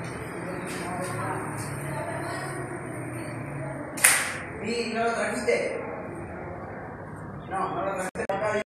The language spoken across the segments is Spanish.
¿Y no lo trajiste? No, no lo trajiste.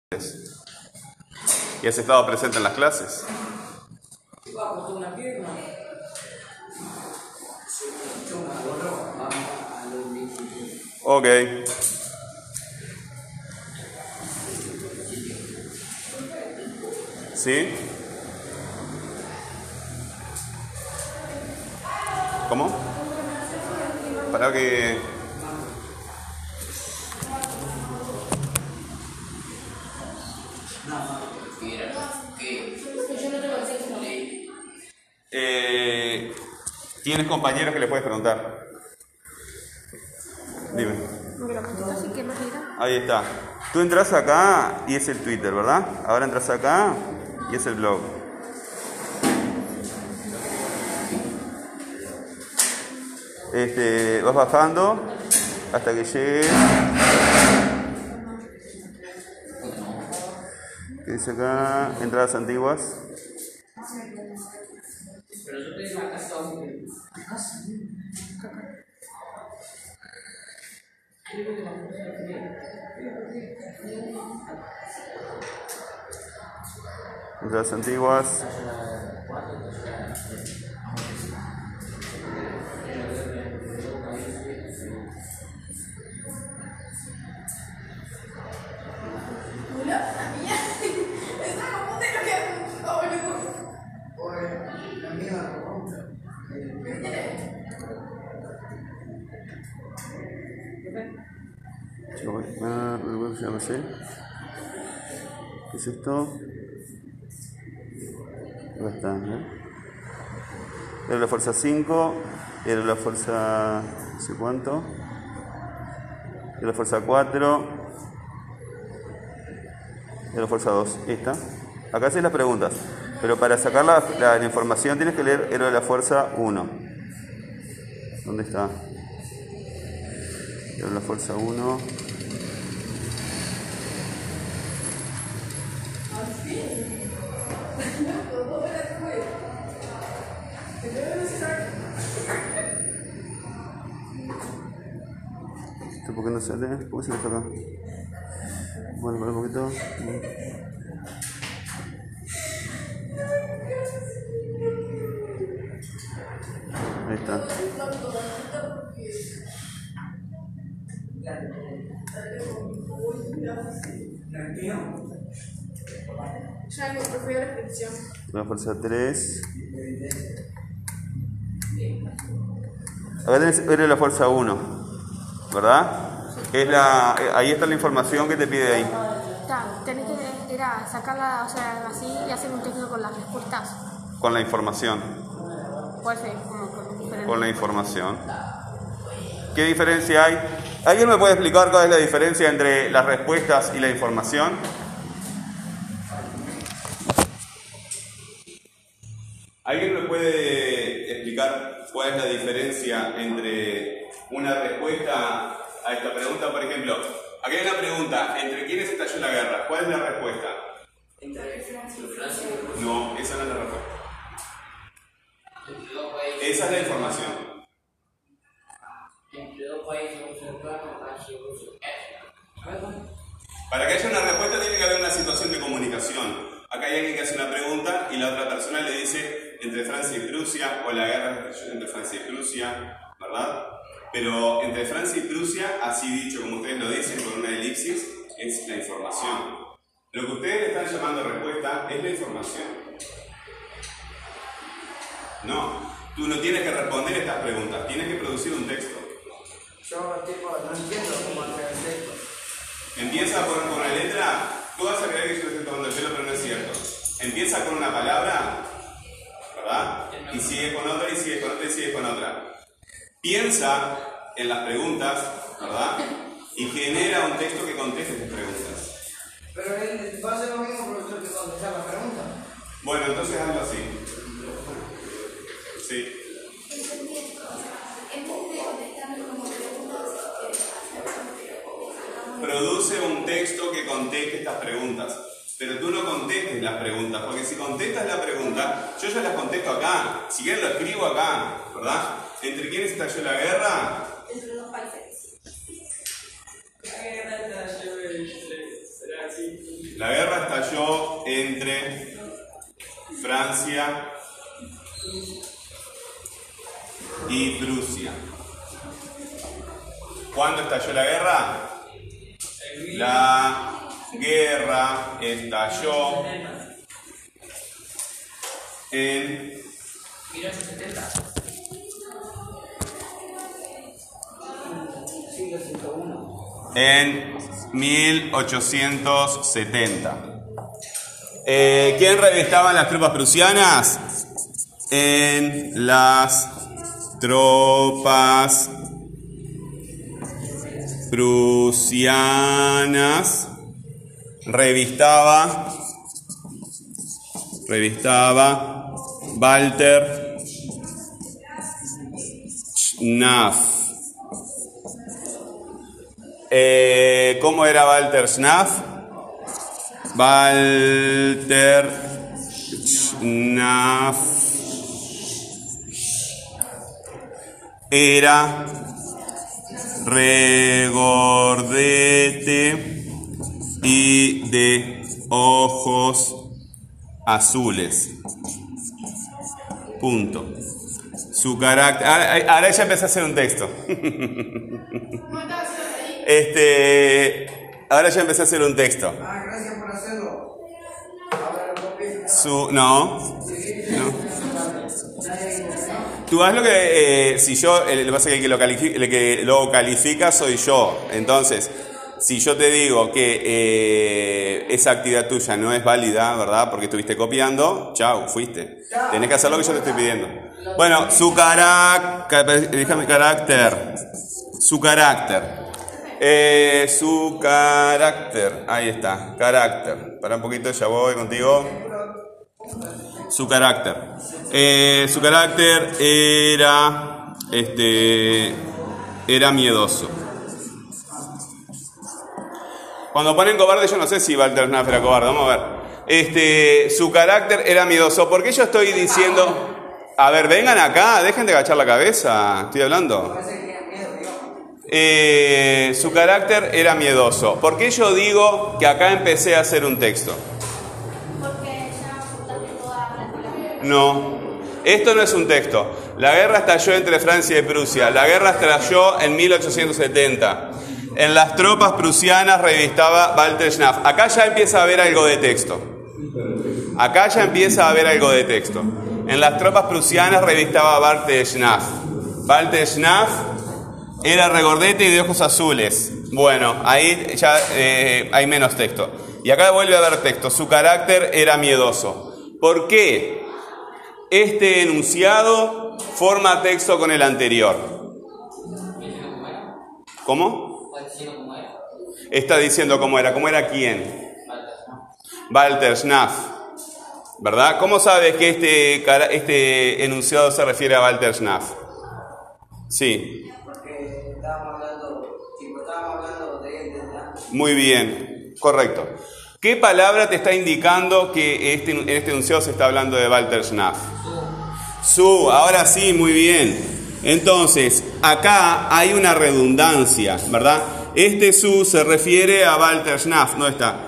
¿Y has estado presente en las clases? Ok. ¿Sí? ¿Cómo? Para que... ¿Tienes compañeros que le puedes preguntar? Dime. Ahí está. Tú entras acá y es el Twitter, ¿verdad? Ahora entras acá y es el blog. Vas bajando hasta que llegues. ¿Qué dice acá? Entradas antiguas. Entradas antiguas. No sé. ¿Qué es esto? Acá está, ¿no? Era la fuerza 5, era la fuerza no sé cuánto, era la fuerza 4, era la fuerza 2, esta. Acá hacen las preguntas, pero para sacar la información tienes que leer era la fuerza 1. ¿Dónde está? Era la fuerza 1. ¿Por qué no sale? ¿Por qué se le está acá? Bueno, para un poquito. Ahí está. La fuerza 3. Acá tenés la fuerza 1. ¿Verdad? Es ahí está la información que te pide ahí. Tenés que sacarla, o sea, así y hacer un texto con las respuestas. Con la información. Puede ser con la información. ¿Qué diferencia hay? ¿Alguien me puede explicar cuál es la diferencia entre las respuestas y la información? ¿Alguien me puede explicar cuál es la diferencia entre una respuesta a esta pregunta? Por ejemplo, aquí hay una pregunta, ¿entre quiénes estalló la guerra? ¿Cuál es la respuesta? Entre Francia y Francia. No, esa no es la respuesta. Esa es la información. Entre dos países observados, Francia y Rusia. Para que haya una respuesta tiene que haber una situación de comunicación. Acá hay alguien que hace una pregunta y la otra persona le dice entre Francia y Prusia, o la guerra entre Francia y Prusia, ¿verdad? Pero entre Francia y Prusia, así dicho como ustedes lo dicen, con una elipsis, es la información. Lo que ustedes le están llamando respuesta es la información. No, tú no tienes que responder estas preguntas, tienes que producir un texto. Yo no entiendo cómo hacer el texto. Empieza con la letra, tú vas a creer que yo te estoy tomando el pelo, pero no es cierto. Empieza con una palabra, ¿verdad? Y sigue con otra, y sigue con otra, y sigue con otra. Piensa en las preguntas, ¿verdad? Y genera un texto que conteste tus preguntas. Pero él va a hacer lo mismo, profesor, que contestar las preguntas. Bueno, entonces hazlo así. Sí. Produce un texto que conteste estas preguntas. Pero tú no contestes las preguntas, porque si contestas la pregunta, yo ya las contesto acá. Si quieres lo escribo acá, ¿verdad? ¿Entre quiénes estalló la guerra? Entre dos países. La entre Francia y Prusia. ¿Cuándo estalló la guerra? La guerra estalló en 1870. en 1870. ¿Quién revistaba las tropas prusianas? En las tropas prusianas revistaba Walter Schnaff. ¿Cómo era Walter Schnaff? Walter Schnaff era regordete y de ojos azules. Punto. Su carácter... Ahora ya empecé a hacer un texto. Ahora ya empecé a hacer un texto. Ah, gracias por hacerlo. No. Tú haz lo que... si yo... Lo que pasa es que el que lo califica soy yo. Entonces, si yo te digo que esa actividad tuya no es válida, ¿verdad? Porque estuviste copiando, chau, fuiste. Tenés que hacer lo que yo te estoy pidiendo. Bueno, su carácter... Déjame carácter. Su carácter. Ahí está, carácter. Para un poquito, ya voy contigo. Su carácter. Su carácter era miedoso. Cuando ponen cobarde, yo no sé si Walter Schnaff era cobarde, vamos a ver. Su carácter era miedoso. ¿Por qué yo estoy diciendo? A ver, vengan acá, dejen de agachar la cabeza. Estoy hablando. Su carácter era miedoso. ¿Por qué yo digo que acá empecé a hacer un texto? Porque ya apuntaste toda la palabra. No, esto no es un texto. La guerra estalló entre Francia y Prusia. La guerra estalló en 1870. En las tropas prusianas revistaba Walter Schnaff. Acá ya empieza a haber algo de texto. En las tropas prusianas revistaba Walter Schnaff. Walter Schnaff era regordete y de ojos azules. Bueno, ahí ya hay menos texto. Y acá vuelve a haber texto. Su carácter era miedoso. ¿Por qué? Este enunciado forma texto con el anterior. ¿Cómo? Está diciendo cómo era. ¿Cómo era quién? Walter Schnaff. ¿Verdad? ¿Cómo sabes que este enunciado se refiere a Walter Schnaff? Sí. Estábamos hablando de él, ¿verdad? Muy bien, correcto. ¿Qué palabra te está indicando que en este enunciado se está hablando de Walter Schnaff? Su, ahora sí, muy bien. Entonces, acá hay una redundancia, ¿verdad? Este su se refiere a Walter Schnaff, ¿no está?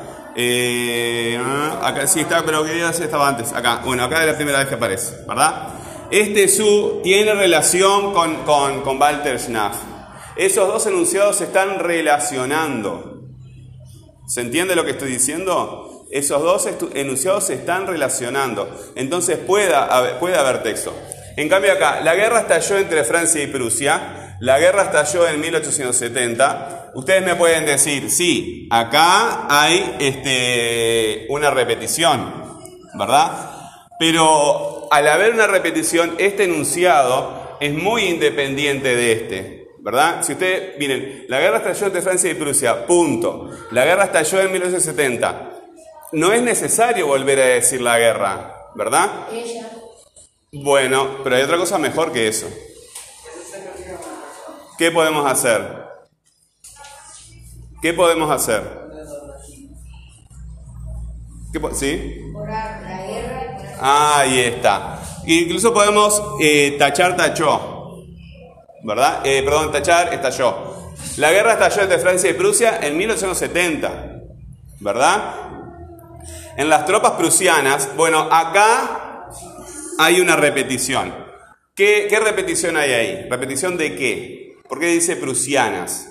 Acá sí está, pero que estaba antes, acá. Bueno, acá es la primera vez que aparece, ¿verdad? Este su tiene relación con Walter Schnaff. Esos dos enunciados se están relacionando. ¿Se entiende lo que estoy diciendo? Esos dos enunciados se están relacionando. Entonces puede haber texto. En cambio acá, la guerra estalló entre Francia y Prusia. La guerra estalló en 1870. Ustedes me pueden decir, sí, acá hay una repetición, ¿verdad? Pero al haber una repetición, este enunciado es muy independiente de este, ¿verdad? Si ustedes, miren, la guerra estalló entre Francia y Prusia, punto. La guerra estalló en 1870. No es necesario volver a decir la guerra, ¿verdad? Bueno, pero hay otra cosa mejor que eso. ¿Qué podemos hacer? ¿Qué podemos hacer? ¿Sí? Orar la guerra. Ahí está. Incluso podemos tachar, tachó. ¿Verdad? Tachar, estalló. La guerra estalló entre Francia y Prusia en 1870. ¿Verdad? En las tropas prusianas, bueno, acá hay una repetición. ¿Qué repetición hay ahí? ¿Repetición de qué? ¿Por qué dice prusianas?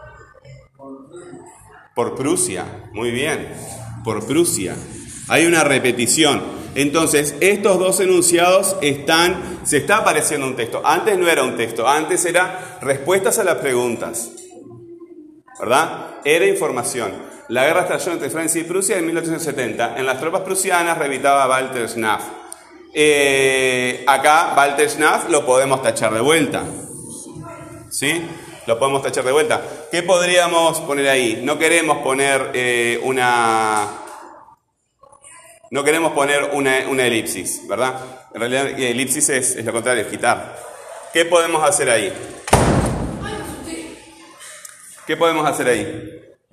Por Prusia, muy bien, por Prusia. Hay una repetición. Entonces, estos dos enunciados se está apareciendo un texto. Antes no era un texto, antes era respuestas a las preguntas. ¿Verdad? Era información. La guerra estalló entre Francia y Prusia en 1870. En las tropas prusianas revistaba Walter Schnaff. Acá Walter Schnaff lo podemos tachar de vuelta. ¿Sí? Lo podemos tachar de vuelta. ¿Qué podríamos poner ahí? No queremos poner una elipsis, ¿verdad? En realidad elipsis es lo contrario, es quitar. ¿Qué podemos hacer ahí? ¿Qué podemos hacer ahí?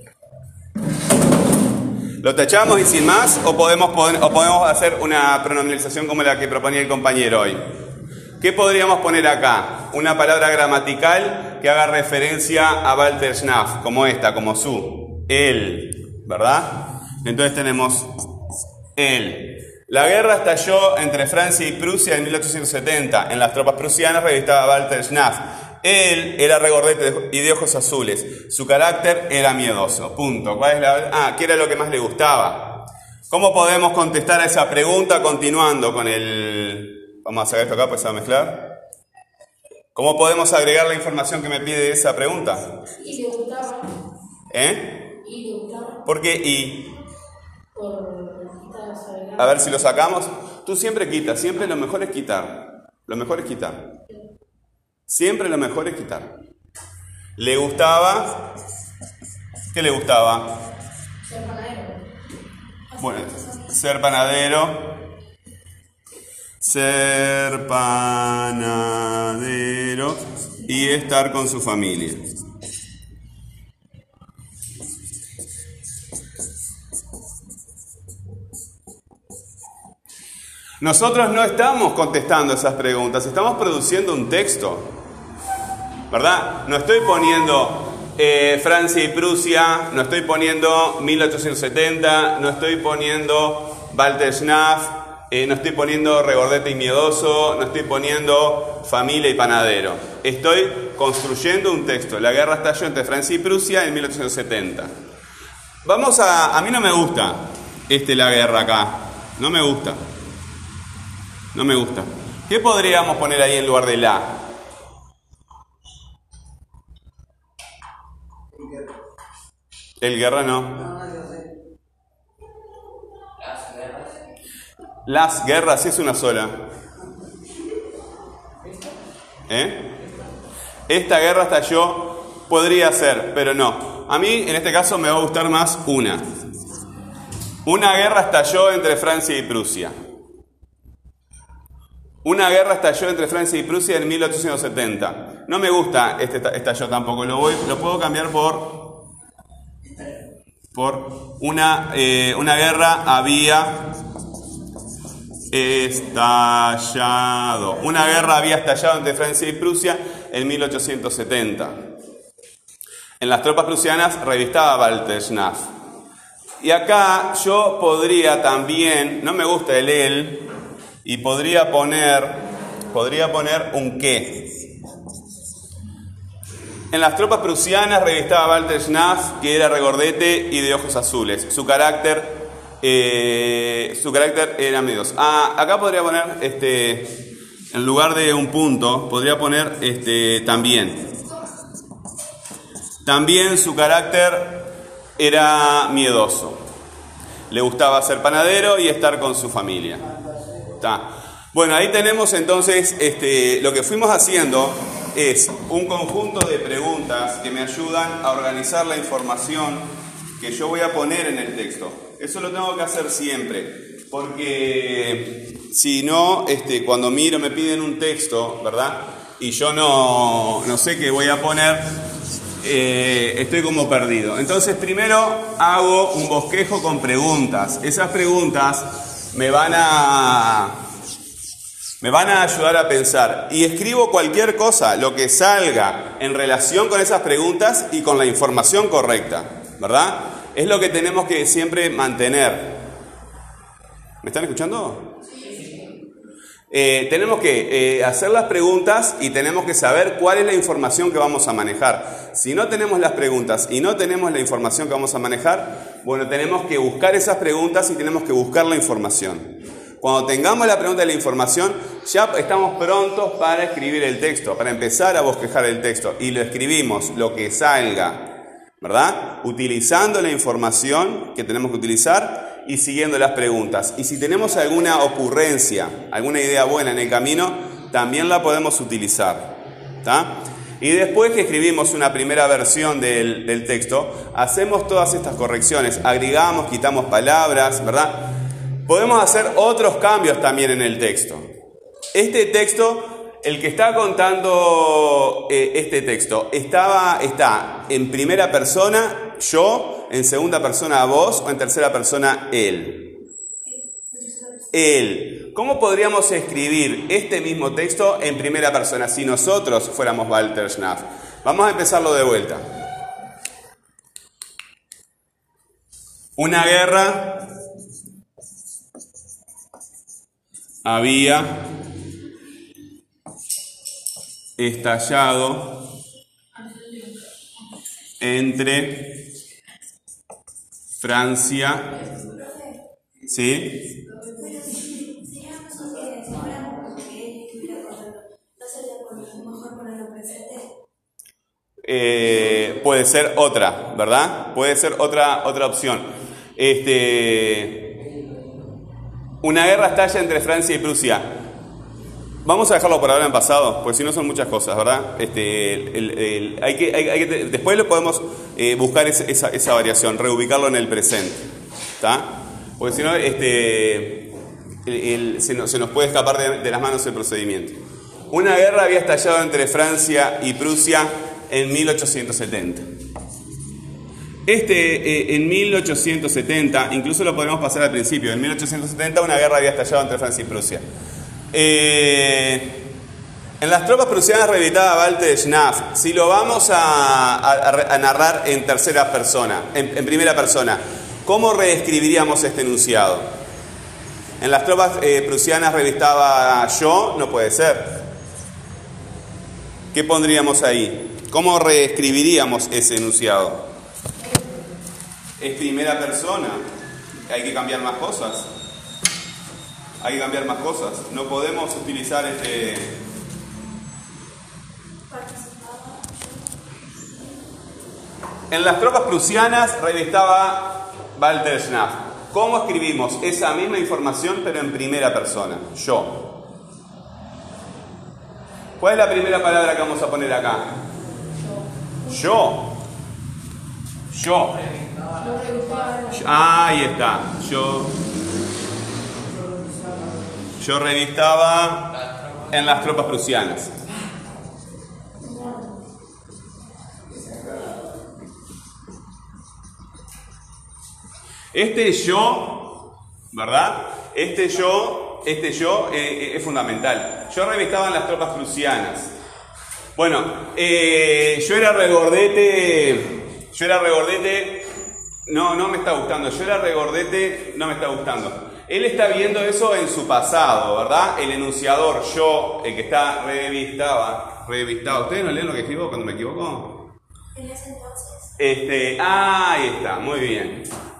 ¿Lo tachamos y sin más? ¿O podemos hacer una pronominalización como la que proponía el compañero hoy? ¿Qué podríamos poner acá? Una palabra gramatical que haga referencia a Walter Schnaff, como esta, como su, él, ¿verdad? Entonces tenemos él. La guerra estalló entre Francia y Prusia en 1870. En las tropas prusianas revistaba Walter Schnaff. Él era regordete y de ojos azules. Su carácter era miedoso. Punto. ¿Qué era lo que más le gustaba? ¿Cómo podemos contestar a esa pregunta continuando con el... Vamos a hacer esto acá, pues se va a mezclar. ¿Cómo podemos agregar la información que me pide esa pregunta? Y le gustaba. Y le gustaba. ¿Por qué y? Por quitar. A ver si lo sacamos. Tú siempre quitas, siempre lo mejor es quitar. Lo mejor es quitar. Siempre lo mejor es quitar. ¿Le gustaba? ¿Qué le gustaba? Ser panadero. Bueno, ser panadero. Ser panadero y estar con su familia. Nosotros no estamos contestando esas preguntas, estamos produciendo un texto, ¿verdad? No estoy poniendo Francia y Prusia, no estoy poniendo 1870, no estoy poniendo Walter Schnaff, no estoy poniendo regordete y miedoso, no estoy poniendo familia y panadero. Estoy construyendo un texto. La guerra estalló entre Francia y Prusia en 1870. A mí no me gusta la guerra acá. No me gusta. No me gusta. ¿Qué podríamos poner ahí en lugar de la? El guerra no. Las guerras es una sola. Esta guerra estalló, podría ser, pero no. A mí, en este caso, me va a gustar más una. Una guerra estalló entre Francia y Prusia. Una guerra estalló entre Francia y Prusia en 1870. No me gusta estalló tampoco. Lo puedo cambiar por una guerra había estallado. Una guerra había estallado entre Francia y Prusia en 1870. En las tropas prusianas revistaba Walter Schnaff. Y acá yo podría también, no me gusta el él, y podría poner un qué. En las tropas prusianas revistaba Walter Schnaff, que era regordete y de ojos azules. Su carácter era miedoso. Acá podría poner, en lugar de un punto, podría poner también. También su carácter era miedoso. Le gustaba ser panadero y estar con su familia. Bueno, ahí tenemos entonces, lo que fuimos haciendo es un conjunto de preguntas que me ayudan a organizar la información que yo voy a poner en el texto. Eso lo tengo que hacer siempre, porque si no, cuando me piden un texto, ¿verdad? Y yo no sé qué voy a poner, estoy como perdido. Entonces, primero hago un bosquejo con preguntas. Esas preguntas me van a ayudar a pensar. Y escribo cualquier cosa, lo que salga en relación con esas preguntas y con la información correcta, ¿verdad? Es lo que tenemos que siempre mantener. ¿Me están escuchando? Tenemos que hacer las preguntas y tenemos que saber cuál es la información que vamos a manejar. Si no tenemos las preguntas y no tenemos la información que vamos a manejar, bueno, tenemos que buscar esas preguntas y tenemos que buscar la información. Cuando tengamos la pregunta y la información, ya estamos prontos para escribir el texto, para empezar a bosquejar el texto. Y lo escribimos, lo que salga, ¿verdad? Utilizando la información que tenemos que utilizar y siguiendo las preguntas. Y si tenemos alguna ocurrencia, alguna idea buena en el camino, también la podemos utilizar, ¿tá? Y después que escribimos una primera versión del texto, hacemos todas estas correcciones, agregamos, quitamos palabras, ¿verdad? Podemos hacer otros cambios también en el texto. Este texto, el que está contando este texto, está en primera persona, yo, en segunda persona, vos, o en tercera persona, él. Él. ¿Cómo podríamos escribir este mismo texto en primera persona si nosotros fuéramos Walter Schnaff? Vamos a empezarlo de vuelta. Una guerra había estallado entre Francia, ¿sí? Puede ser otra, ¿verdad? Puede ser otra opción. Una guerra estalla entre Francia y Prusia. Vamos a dejarlo por ahora en pasado, porque si no son muchas cosas, ¿verdad? Después lo podemos buscar esa variación, reubicarlo en el presente, ¿está? Porque si no, se nos puede escapar de las manos el procedimiento. Una guerra había estallado entre Francia y Prusia en 1870. En 1870, incluso lo podemos pasar al principio, en 1870 una guerra había estallado entre Francia y Prusia. En las tropas prusianas rehabilitaba Walter Schnaff. Si lo vamos a narrar en tercera persona, en primera persona, ¿cómo reescribiríamos este enunciado? En las tropas prusianas rehabilitaba yo, no puede ser. ¿Qué pondríamos ahí? ¿Cómo reescribiríamos ese enunciado? Es primera persona. Hay que cambiar más cosas. No podemos utilizar En las tropas prusianas revistaba Walter Schnaff. ¿Cómo escribimos esa misma información pero en primera persona? Yo. ¿Cuál es la primera palabra que vamos a poner acá? Yo. Ahí está. Yo revistaba en las tropas prusianas. Este yo, ¿verdad? Este yo es fundamental. Yo revistaba en las tropas prusianas. Bueno, yo era regordete. No me está gustando. Yo era regordete, no me está gustando. Él está viendo eso en su pasado, ¿verdad? El enunciador, yo, el que está revistaba. ¿Ustedes no leen lo que escribo cuando me equivoco? En ese entonces. Ahí está, muy bien.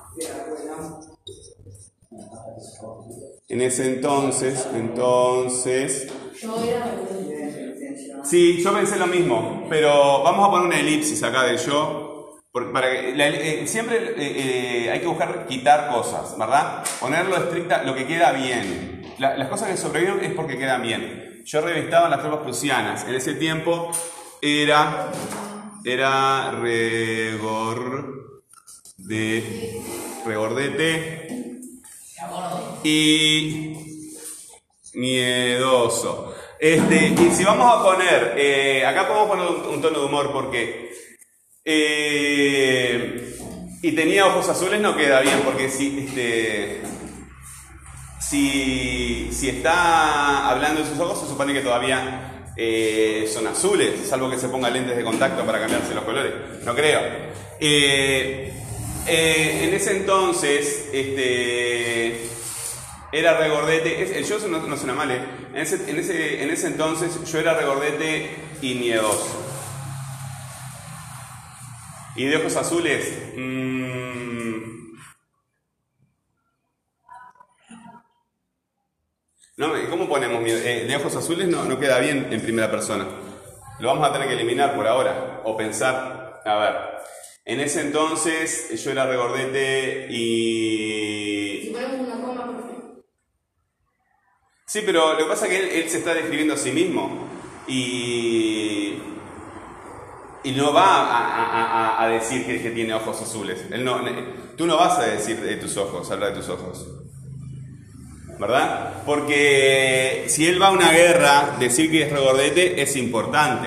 En ese entonces. Yo era. Sí, yo pensé lo mismo, pero vamos a poner una elipsis acá de yo. Siempre hay que buscar quitar cosas, ¿verdad? Ponerlo estricta, lo que queda bien. Las cosas que sobreviven es porque quedan bien. Yo revistaba en las tropas prusianas. En ese tiempo era regordete y miedoso. Y si vamos a poner, acá podemos poner un tono de humor porque y tenía ojos azules, no queda bien porque si está hablando de sus ojos se supone que todavía son azules, salvo que se ponga lentes de contacto para cambiarse los colores, no creo. En ese entonces era regordete. El yo no suena mal, ¿eh? En ese entonces yo era regordete y miedoso. ¿Y de ojos azules? No, ¿cómo ponemos miedo? De ojos azules no queda bien en primera persona. Lo vamos a tener que eliminar por ahora. O pensar, a ver, en ese entonces yo era regordete y... Si ponemos una coma, por ejemplo. Sí, pero lo que pasa es que él se está describiendo a sí mismo y no va a decir que tiene ojos azules. Tú no vas a decir de tus ojos, hablar de tus ojos, ¿verdad? Porque si él va a una guerra, decir que es regordete es importante,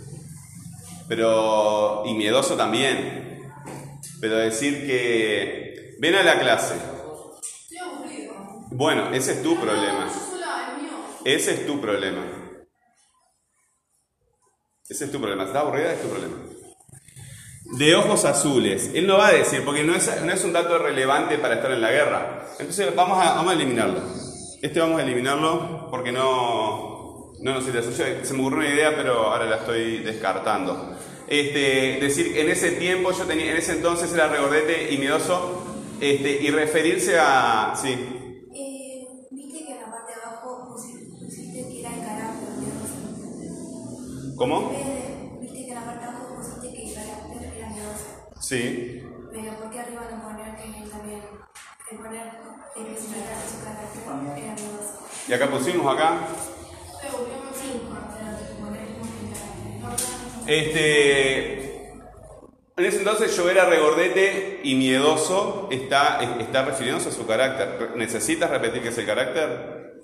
pero y miedoso también. Pero decir que ven a la clase. Bueno, ese es tu problema. Ese es tu problema. Ese es tu problema. ¿Estás aburrida? Es tu problema. De ojos azules. Él no va a decir, porque no es un dato relevante para estar en la guerra. Entonces vamos a eliminarlo. Vamos a eliminarlo porque no nos interesa. Se me ocurrió una idea, pero ahora la estoy descartando. Decir, en ese tiempo en ese entonces era regordete y miedoso, y referirse a... Sí. Viste que en la parte de abajo pusiste que era el carácter. ¿Cómo? Viste que en la parte de abajo pusiste que el carácter era miedoso. Sí. Pero ¿por qué arriba no poner que también el poner el especificar que su carácter era miedoso? Y acá pusimos acá. En ese entonces yo era regordete y miedoso, está refiriéndose a su carácter. ¿Necesitas repetir qué es el carácter?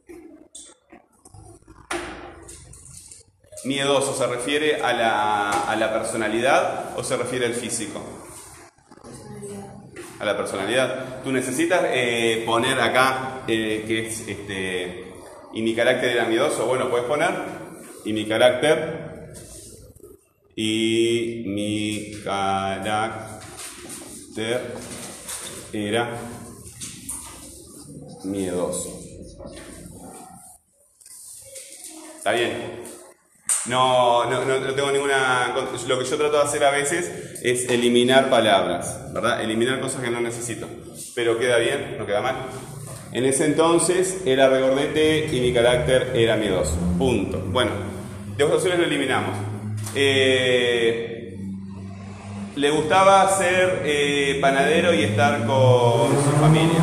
Miedoso, ¿se refiere a la personalidad o se refiere al físico? A la personalidad. Tú necesitas poner acá que es y mi carácter era miedoso. Bueno, puedes poner y mi carácter era miedoso. ¿Está bien? No tengo ninguna... Lo que yo trato de hacer a veces es eliminar palabras, ¿verdad? Eliminar cosas que no necesito. Pero queda bien, no queda mal. En ese entonces era regordete y mi carácter era miedoso. Punto. Bueno, de ojos azules lo eliminamos. Le gustaba ser panadero y estar con su familia.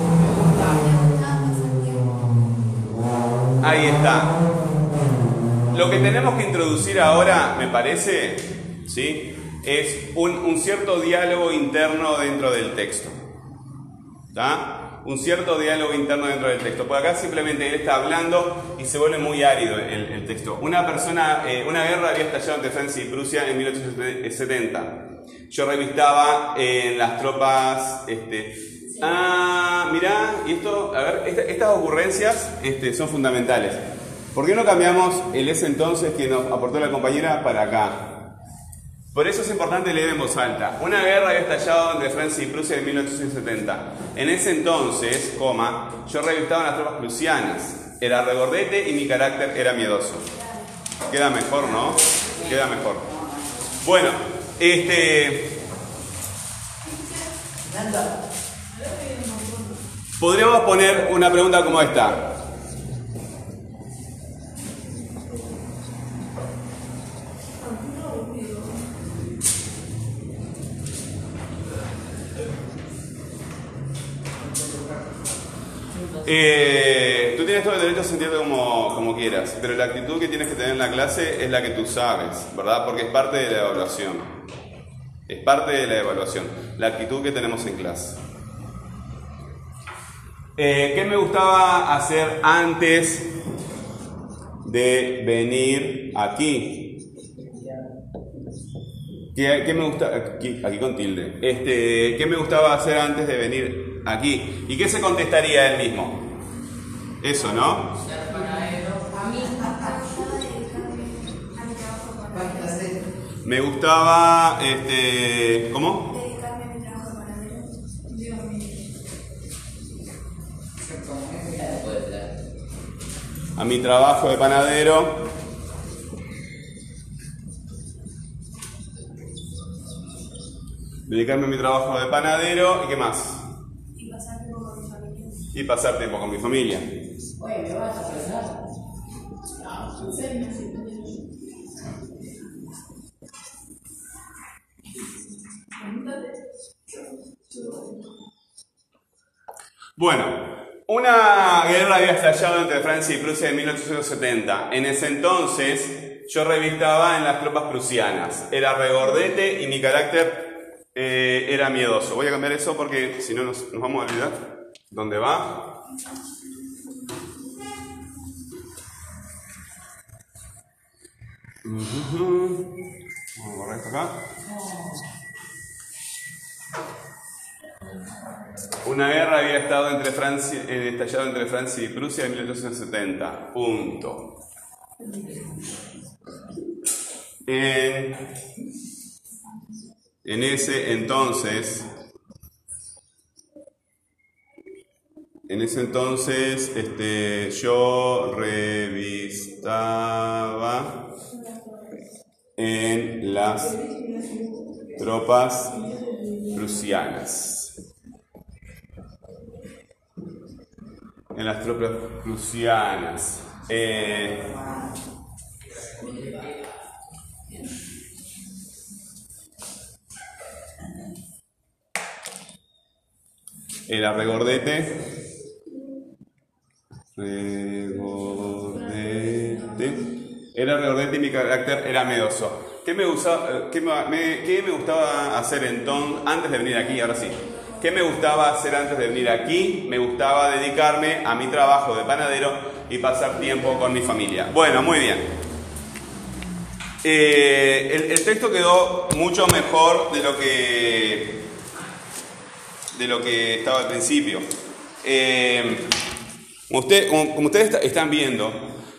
Ahí está. Lo que tenemos que introducir ahora, me parece, ¿sí?, es un cierto diálogo interno dentro del texto. ¿Está? Un cierto diálogo interno dentro del texto. Por acá simplemente él está hablando y se vuelve muy árido el texto. Una guerra había estallado entre Francia y Prusia en 1870. Yo revistaba en las tropas... mirá, y esto, a ver, estas ocurrencias son fundamentales. ¿Por qué no cambiamos el ese entonces que nos aportó la compañera para acá? Por eso es importante leer en voz alta. Una guerra había estallado entre Francia y Prusia en 1870. En ese entonces, yo revistaba en las tropas prusianas. Era regordete y mi carácter era miedoso. Queda mejor, ¿no? Queda mejor. Bueno, podríamos poner una pregunta como esta. Tú tienes todo el derecho a sentirte como quieras, pero la actitud que tienes que tener en la clase es la que tú sabes, ¿verdad? Porque es parte de la evaluación. Es parte de la evaluación, la actitud que tenemos en clase. ¿Qué me gustaba hacer antes de venir aquí? ¿Qué me gusta? Aquí con tilde. ¿Qué me gustaba hacer antes de venir aquí? ¿Y qué se contestaría él mismo? Eso, ¿no? Ser panadero. A mí, a mi trabajo con panadero. Me gustaba, ¿cómo? Dedicarme a mi trabajo de panadero. Dios mío. mi trabajo de panadero dedicarme a mi trabajo de panadero y ¿qué más? Y pasar tiempo con mi familia. Y pasar tiempo con mi familia. Oye, ¿me vas a prestar? Bueno, una guerra había estallado entre Francia y Prusia en 1870. En ese entonces yo revistaba en las tropas prusianas. Era regordete y mi carácter era miedoso. Voy a cambiar eso porque si no nos vamos a olvidar. ¿Dónde va? Vamos a borrar esto acá. Una guerra había estallado entre Francia y Prusia en 1870. Punto. En ese entonces, yo revistaba en las tropas prusianas. En las tropas prusianas. Era regordete. Era regordete y mi carácter era miedoso. ¿Qué me gustaba hacer entonces, antes de venir aquí? Ahora sí. ¿Qué me gustaba hacer antes de venir aquí? Me gustaba dedicarme a mi trabajo de panadero y pasar tiempo con mi familia. Bueno, muy bien. El texto quedó mucho mejor de lo que estaba al principio. Como ustedes están viendo,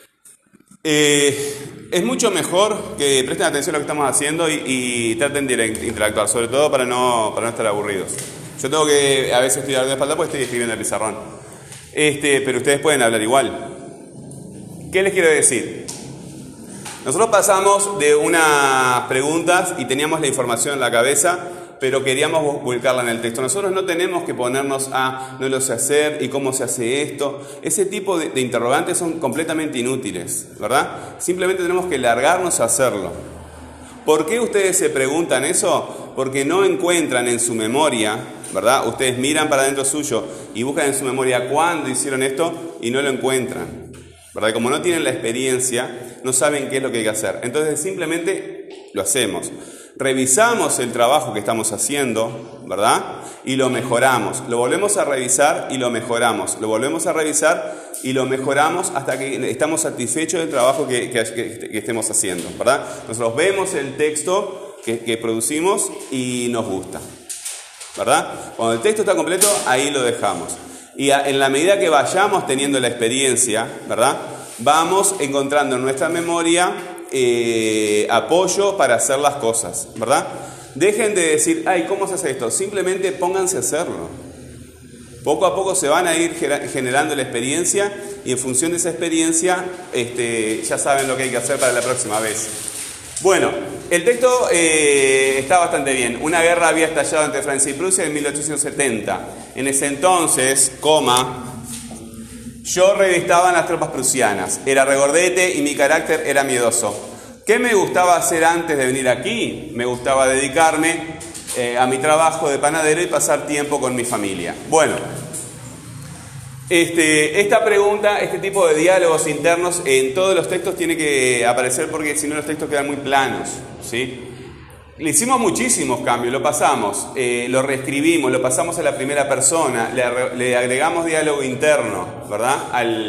es mucho mejor que presten atención a lo que estamos haciendo y traten de interactuar, sobre todo para no estar aburridos. Yo tengo que a veces estudiar de espalda porque estoy escribiendo el pizarrón. Pero ustedes pueden hablar igual. ¿Qué les quiero decir? Nosotros pasamos de unas preguntas y teníamos la información en la cabeza, pero queríamos volcarla en el texto. Nosotros no tenemos que ponernos a no lo sé hacer y cómo se hace esto. Ese tipo de interrogantes son completamente inútiles, ¿verdad? Simplemente tenemos que largarnos a hacerlo. ¿Por qué ustedes se preguntan eso? Porque no encuentran en su memoria, ¿verdad? Ustedes miran para adentro suyo y buscan en su memoria cuándo hicieron esto y no lo encuentran, ¿verdad? Como no tienen la experiencia, no saben qué es lo que hay que hacer. Entonces simplemente lo hacemos. Revisamos el trabajo que estamos haciendo, ¿verdad? Y lo mejoramos. Lo volvemos a revisar y lo mejoramos. Lo volvemos a revisar y lo mejoramos hasta que estamos satisfechos del trabajo que estemos haciendo, ¿verdad? Nosotros vemos el texto que producimos y nos gusta, ¿verdad? Cuando el texto está completo, ahí lo dejamos. Y en la medida que vayamos teniendo la experiencia, ¿verdad? Vamos encontrando en nuestra memoria apoyo para hacer las cosas, ¿verdad? Dejen de decir, ay, ¿cómo se hace esto? Simplemente pónganse a hacerlo. Poco a poco se van a ir generando la experiencia y en función de esa experiencia ya saben lo que hay que hacer para la próxima vez. Bueno, el texto está bastante bien. Una guerra había estallado entre Francia y Prusia en 1870. En ese entonces, yo revistaba en las tropas prusianas. Era regordete y mi carácter era miedoso. ¿Qué me gustaba hacer antes de venir aquí? Me gustaba dedicarme a mi trabajo de panadero y pasar tiempo con mi familia. Bueno, esta pregunta, este tipo de diálogos internos en todos los textos tiene que aparecer porque si no los textos quedan muy planos, ¿sí? Le hicimos muchísimos cambios, lo pasamos, lo reescribimos, lo pasamos a la primera persona, le agregamos diálogo interno, ¿verdad?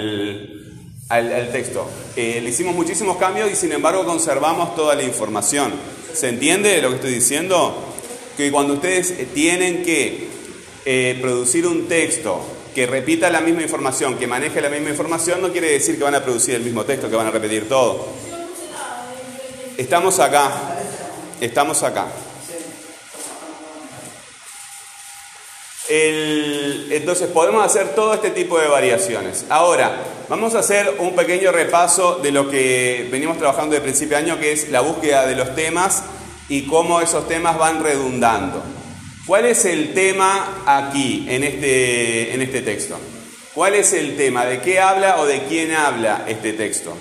Al texto. Le hicimos muchísimos cambios y sin embargo conservamos toda la información. ¿Se entiende lo que estoy diciendo? Que cuando ustedes tienen que producir un texto que repita la misma información, que maneje la misma información, no quiere decir que van a producir el mismo texto, que van a repetir todo. Estamos acá. Entonces podemos hacer todo este tipo de variaciones. Ahora, vamos a hacer un pequeño repaso de lo que venimos trabajando de principio de año, que es la búsqueda de los temas y cómo esos temas van redundando. ¿Cuál es el tema aquí, en este texto? ¿Cuál es el tema? ¿De qué habla o de quién habla este texto?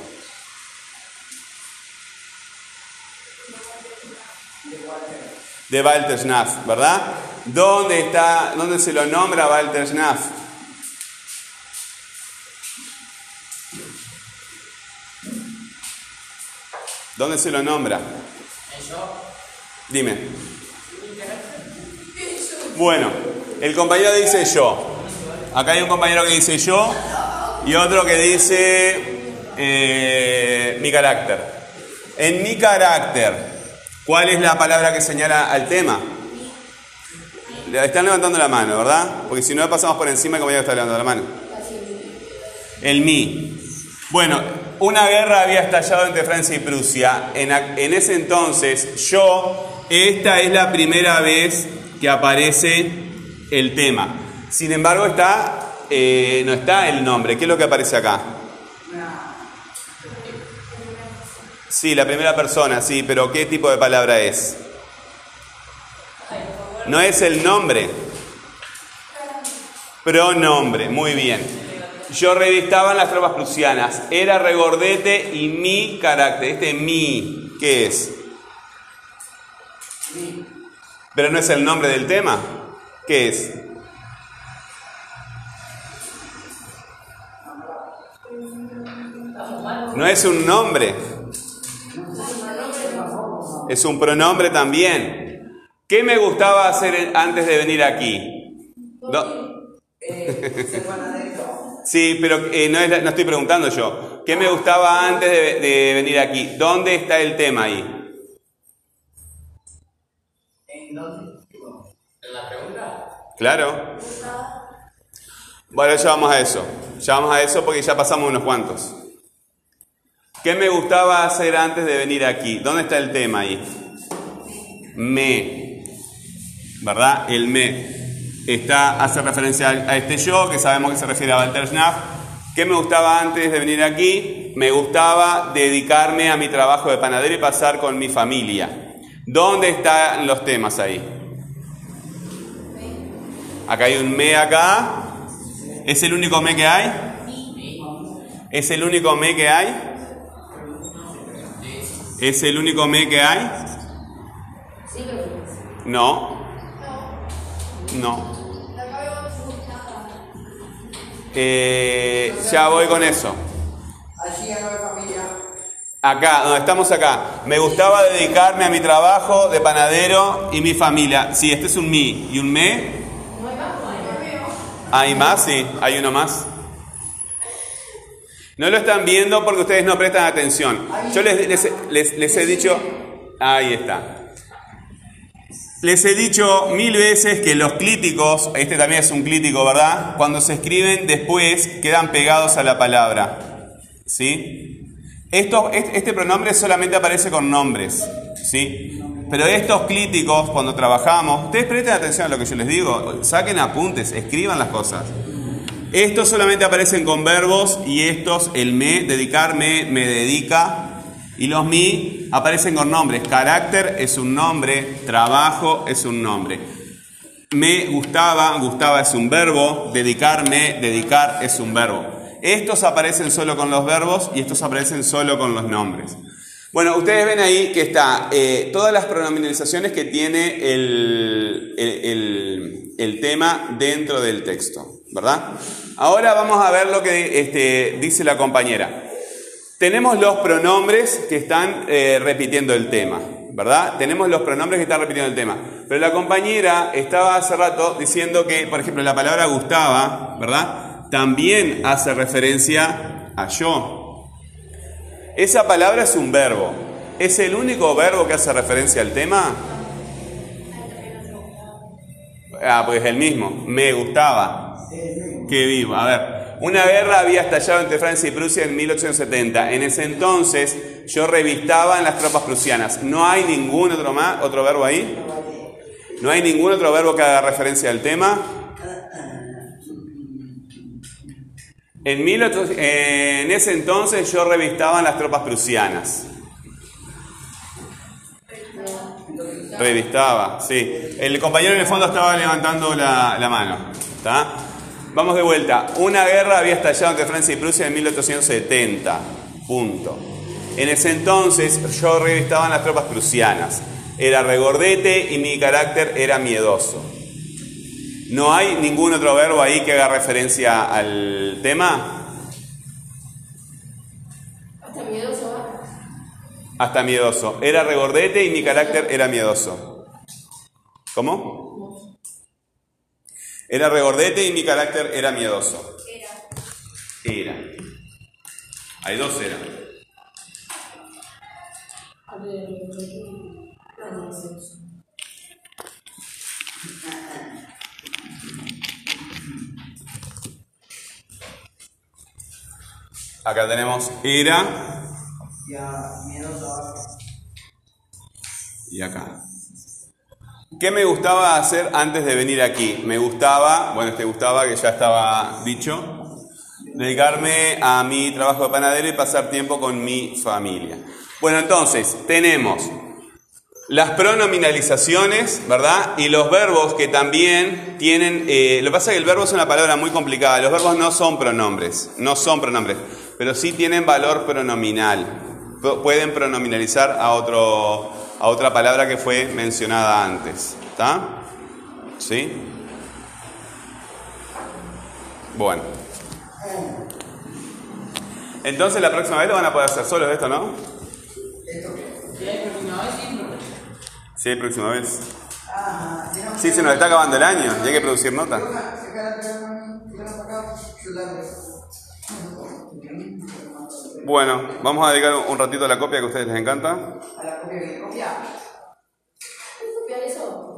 De Walter Schnaff, ¿verdad? ¿Dónde se lo nombra a Walter Schnaff? ¿Dónde se lo nombra? Dime. Bueno, el compañero dice yo. Acá hay un compañero que dice yo y otro que dice mi carácter. En mi carácter, ¿cuál es la palabra que señala al tema? Están levantando la mano, ¿verdad? Porque si no pasamos por encima, el compañero está levantando la mano. El mí. Bueno, una guerra había estallado entre Francia y Prusia. En ese entonces, esta es la primera vez que aparece el tema. Sin embargo, no está el nombre. ¿Qué es lo que aparece acá? Sí, la primera persona, sí, pero ¿qué tipo de palabra es? No es el nombre. Pronombre, muy bien. Yo revistaba en las tropas prusianas. Era regordete y mi carácter. Este mi, ¿qué es? Pero no es el nombre del tema. ¿Qué es? No es un nombre. Es un pronombre también. ¿Qué me gustaba hacer antes de venir aquí? Sí, pero no estoy preguntando yo. ¿Qué me gustaba antes de venir aquí? ¿Dónde está el tema ahí? ¿En dónde? ¿En la pregunta? Claro. Bueno, ya vamos a eso. Ya vamos a eso porque ya pasamos unos cuantos. ¿Qué me gustaba hacer antes de venir aquí? ¿Dónde está el tema ahí? Me. ¿Verdad? El me. Hace referencia a este yo, que sabemos que se refiere a Walter Schnaff. ¿Qué me gustaba antes de venir aquí? Me gustaba dedicarme a mi trabajo de panadero y pasar con mi familia. ¿Dónde están los temas ahí? Acá hay un me acá. ¿Es el único me que hay? ¿Es el único me que hay? ¿Es el único me que hay? No. No. Ya voy con eso. Acá, donde estamos acá. Me gustaba dedicarme a mi trabajo de panadero y mi familia. Sí, este es un mi. ¿Y un me? ¿Hay más? Sí, hay uno más. No lo están viendo porque ustedes no prestan atención. Yo les he dicho... Ahí está. Les he dicho 1000 veces que los clíticos, este también es un clítico, ¿verdad? Cuando se escriben después quedan pegados a la palabra. ¿Sí? Este pronombre solamente aparece con nombres. ¿Sí? Pero estos clíticos, cuando trabajamos, ustedes presten atención a lo que yo les digo, saquen apuntes, escriban las cosas. Estos solamente aparecen con verbos y estos, el me, dedicarme, me dedica, y los mi aparecen con nombres. Carácter es un nombre, trabajo es un nombre. Me gustaba, gustaba es un verbo, dedicarme, dedicar es un verbo. Estos aparecen solo con los verbos y estos aparecen solo con los nombres. Bueno, ustedes ven ahí que está todas las pronominalizaciones que tiene el tema dentro del texto, ¿verdad? Ahora vamos a ver lo que dice la compañera. Tenemos los pronombres que están repitiendo el tema, ¿verdad? Tenemos los pronombres que están repitiendo el tema. Pero la compañera estaba hace rato diciendo que, por ejemplo, la palabra gustaba, ¿verdad? También hace referencia a yo. Esa palabra es un verbo. ¿Es el único verbo que hace referencia al tema? Pues es el mismo. Me gustaba. Qué vivo. A ver. Una guerra había estallado entre Francia y Prusia en 1870. En ese entonces yo revistaba en las tropas prusianas. ¿No hay ningún otro verbo ahí? ¿No hay ningún otro verbo que haga referencia al tema? En ese entonces yo revistaba las tropas prusianas. Revistaba, sí. El compañero en el fondo estaba levantando la mano. ¿Está? Vamos de vuelta. Una guerra había estallado entre Francia y Prusia en 1870. Punto. En ese entonces yo revistaba las tropas prusianas. Era regordete y mi carácter era miedoso. ¿No hay ningún otro verbo ahí que haga referencia al tema? Hasta miedoso va. Hasta miedoso. Era regordete y mi carácter era miedoso. ¿Cómo? Era regordete y mi carácter era miedoso. Era. Hay dos eran. Acá tenemos era y acá. ¿Qué me gustaba hacer antes de venir aquí? Me gustaba, que ya estaba dicho, dedicarme a mi trabajo de panadero y pasar tiempo con mi familia. Bueno, entonces, tenemos las pronominalizaciones, ¿verdad? Y los verbos que también tienen... lo que pasa es que el verbo es una palabra muy complicada. Los verbos no son pronombres, pero sí tienen valor pronominal. Pueden pronominalizar a otra palabra que fue mencionada antes. ¿Está? ¿Sí? Bueno. Entonces la próxima vez lo van a poder hacer solos esto, ¿no? Sí, próxima vez. Sí, se nos está acabando el año y hay que producir nota. Bueno, vamos a dedicar un ratito a la copia que a ustedes les encanta. A la copia.